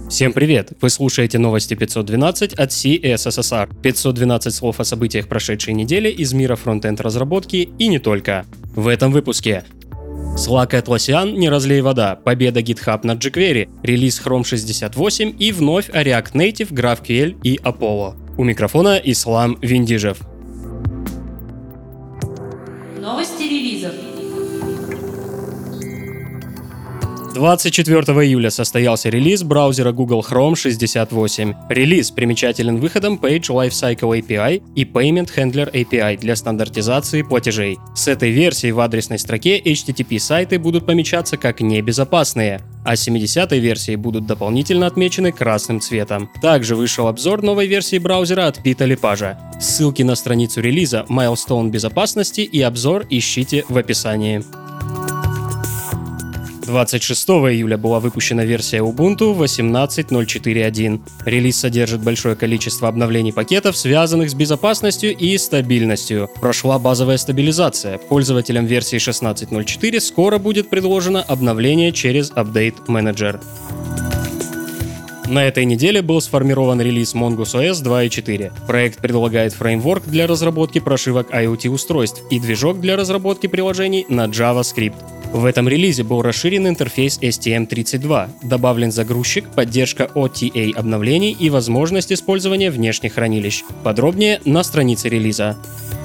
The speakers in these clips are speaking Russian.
Всем привет! Вы слушаете новости 512 от CSSR. 512 слов о событиях прошедшей недели из мира фронт-энд разработки и не только. В этом выпуске. Slack и Atlassian, не разлей вода, победа GitHub над jQuery, релиз Chrome 68 и вновь о React Native, GraphQL и Apollo. У микрофона Ислам Виндижев. Новости релизов. 24 июля состоялся релиз браузера Google Chrome 68. Релиз примечателен выходом Page Lifecycle API и Payment Handler API для стандартизации платежей. С этой версией в адресной строке HTTP-сайты будут помечаться как небезопасные, а с 70-й версией будут дополнительно отмечены красным цветом. Также вышел обзор новой версии браузера от Пита Лепажа. Ссылки на страницу релиза, майлстоун безопасности и обзор ищите в описании. 26 июля была выпущена версия Ubuntu 18.04.1. Релиз содержит большое количество обновлений пакетов, связанных с безопасностью и стабильностью. Прошла базовая стабилизация. Пользователям версии 16.04 скоро будет предложено обновление через Update Manager. На этой неделе был сформирован релиз Mongoose OS 2.4. Проект предлагает фреймворк для разработки прошивок IoT-устройств и движок для разработки приложений на JavaScript. В этом релизе был расширен интерфейс STM32, добавлен загрузчик, поддержка OTA обновлений и возможность использования внешних хранилищ. Подробнее на странице релиза.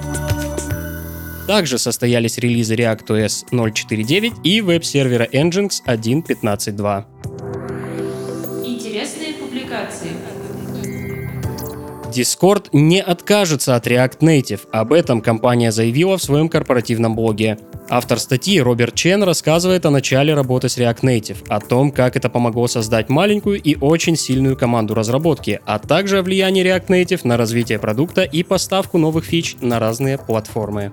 Также состоялись релизы ReactOS 0.4.9 и веб-сервера Nginx 1.15.2. Интересные публикации. Discord не откажется от React Native. Об этом компания заявила в своем корпоративном блоге. Автор статьи Роберт Чен рассказывает о начале работы с React Native, о том, как это помогло создать маленькую и очень сильную команду разработки, а также о влиянии React Native на развитие продукта и поставку новых фич на разные платформы.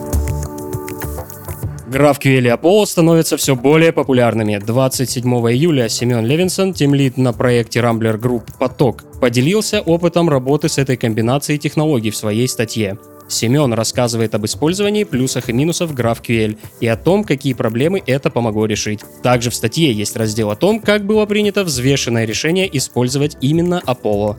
GraphQL и Apollo становятся все более популярными. 27 июля Семен Левинсон, тимлид на проекте Rambler Group «Поток», поделился опытом работы с этой комбинацией технологий в своей статье. Семен рассказывает об использовании плюсах и минусов GraphQL и о том, какие проблемы это помогло решить. Также в статье есть раздел о том, как было принято взвешенное решение использовать именно Apollo.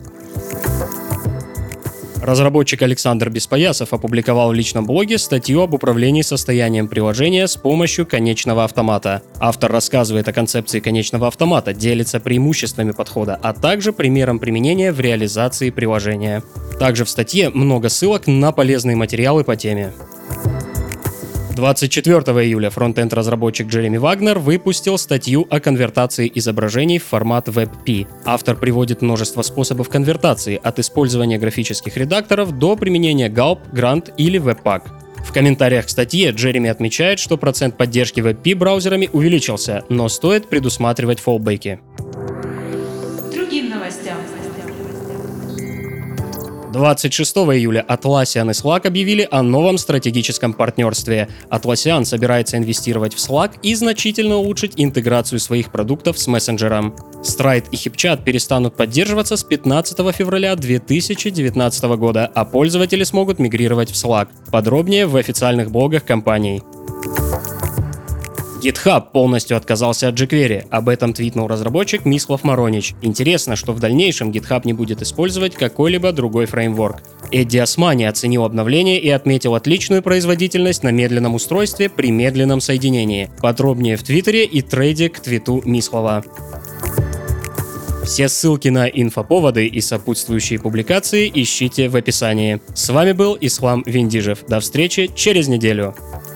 Разработчик Александр Беспоясов опубликовал в личном блоге статью об управлении состоянием приложения с помощью конечного автомата. Автор рассказывает о концепции конечного автомата, делится преимуществами подхода, а также примером применения в реализации приложения. Также в статье много ссылок на полезные материалы по теме. 24 июля фронт-энд-разработчик Джереми Вагнер выпустил статью о конвертации изображений в формат WebP. Автор приводит множество способов конвертации, от использования графических редакторов до применения Gulp, Grunt или Webpack. В комментариях к статье Джереми отмечает, что процент поддержки WebP браузерами увеличился, но стоит предусматривать фоллбеки. Другим новостям. 26 июля Atlassian и Slack объявили о новом стратегическом партнерстве. Atlassian собирается инвестировать в Slack и значительно улучшить интеграцию своих продуктов с мессенджером. Stride и HipChat перестанут поддерживаться с 15 февраля 2019 года, а пользователи смогут мигрировать в Slack. Подробнее в официальных блогах компаний. GitHub полностью отказался от jQuery. Об этом твитнул разработчик Мислав Маронич. Интересно, что в дальнейшем GitHub не будет использовать какой-либо другой фреймворк. Эдди Османи оценил обновление и отметил отличную производительность на медленном устройстве при медленном соединении. Подробнее в Твиттере и трейде к твиту Мислава. Все ссылки на инфоповоды и сопутствующие публикации ищите в описании. С вами был Ислам Виндижев. До встречи через неделю.